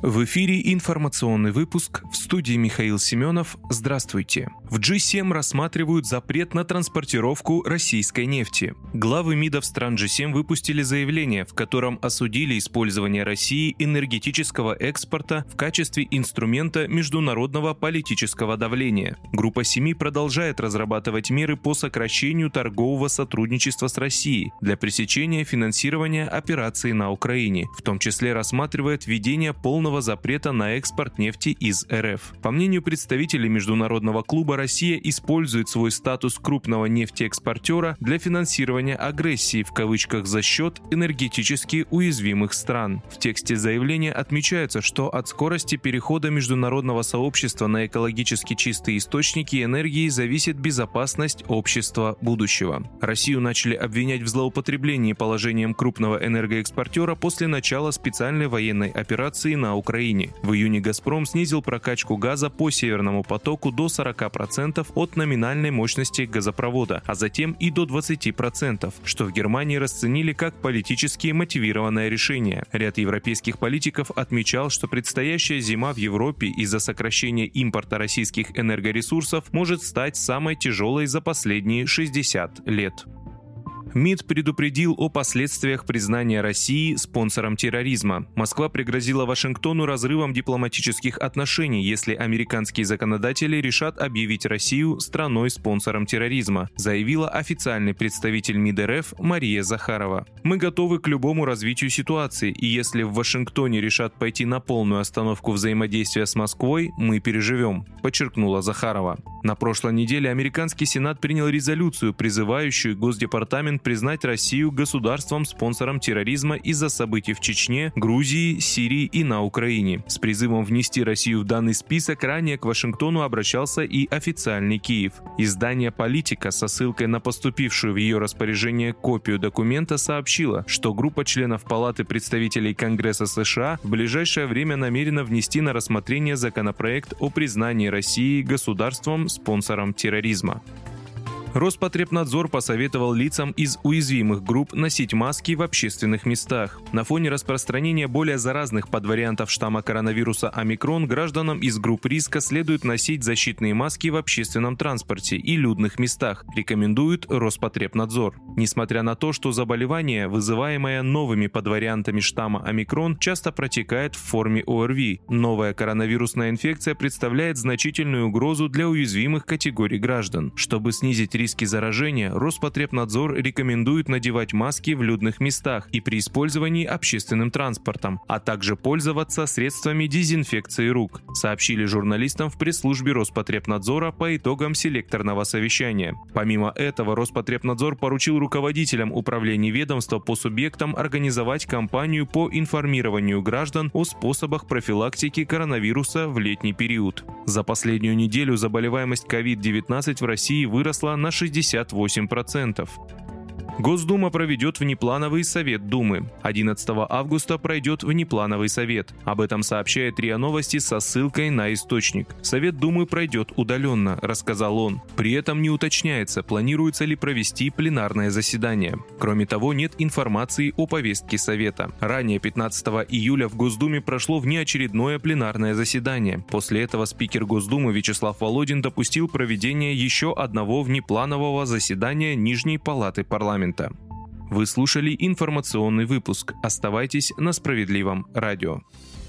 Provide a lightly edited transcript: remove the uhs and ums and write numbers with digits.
В эфире информационный выпуск, в студии Михаил Семенов. Здравствуйте. В G7 рассматривают запрет на транспортировку российской нефти. Главы МИДов стран G7 выпустили заявление, в котором осудили использование России энергетического экспорта в качестве инструмента международного политического давления. Группа 7 продолжает разрабатывать меры по сокращению торгового сотрудничества с Россией для пресечения финансирования операций на Украине, в том числе рассматривает введение полного запрета на экспорт нефти из РФ. По мнению представителей Международного клуба, Россия использует свой статус крупного нефтеэкспортера для финансирования агрессии в кавычках за счет энергетически уязвимых стран. В тексте заявления отмечается, что от скорости перехода международного сообщества на экологически чистые источники энергии зависит безопасность общества будущего. Россию начали обвинять в злоупотреблении положением крупного энергоэкспортера после начала специальной военной операции на Украине. В июне «Газпром» снизил прокачку газа по Северному потоку до 40% от номинальной мощности газопровода, а затем и до 20%, что в Германии расценили как политически мотивированное решение. Ряд европейских политиков отмечал, что предстоящая зима в Европе из-за сокращения импорта российских энергоресурсов может стать самой тяжелой за последние 60 лет. МИД предупредил о последствиях признания России спонсором терроризма. Москва пригрозила Вашингтону разрывом дипломатических отношений, если американские законодатели решат объявить Россию страной-спонсором терроризма, заявила официальный представитель МИД РФ Мария Захарова. «Мы готовы к любому развитию ситуации, и если в Вашингтоне решат пойти на полную остановку взаимодействия с Москвой, мы переживем», подчеркнула Захарова. На прошлой неделе американский Сенат принял резолюцию, призывающую Госдепартамент признать Россию государством-спонсором терроризма из-за событий в Чечне, Грузии, Сирии и на Украине. С призывом внести Россию в данный список ранее к Вашингтону обращался и официальный Киев. Издание «Политика» со ссылкой на поступившую в ее распоряжение копию документа сообщило, что группа членов Палаты представителей Конгресса США в ближайшее время намерена внести на рассмотрение законопроект о признании России государством-спонсором терроризма. Роспотребнадзор посоветовал лицам из уязвимых групп носить маски в общественных местах. На фоне распространения более заразных подвариантов штамма коронавируса омикрон гражданам из групп риска следует носить защитные маски в общественном транспорте и людных местах, рекомендует Роспотребнадзор. Несмотря на то, что заболевание, вызываемое новыми подвариантами штамма омикрон, часто протекает в форме ОРВИ, новая коронавирусная инфекция представляет значительную угрозу для уязвимых категорий граждан. Чтобы снизить риски заражения, Роспотребнадзор рекомендует надевать маски в людных местах и при использовании общественным транспортом, а также пользоваться средствами дезинфекции рук, сообщили журналистам в пресс-службе Роспотребнадзора по итогам селекторного совещания. Помимо этого, Роспотребнадзор поручил руководителям управлений ведомства по субъектам организовать кампанию по информированию граждан о способах профилактики коронавируса в летний период. За последнюю неделю заболеваемость COVID-19 в России выросла на 68%. Госдума проведет внеплановый Совет Думы. 11 августа пройдет внеплановый совет. Об этом сообщает РИА Новости со ссылкой на источник. Совет Думы пройдет удаленно, рассказал он. При этом не уточняется, планируется ли провести пленарное заседание. Кроме того, нет информации о повестке Совета. Ранее 15 июля в Госдуме прошло внеочередное пленарное заседание. После этого спикер Госдумы Вячеслав Володин допустил проведение еще одного внепланового заседания Нижней палаты парламента. Вы слушали информационный выпуск. Оставайтесь на Справедливом радио.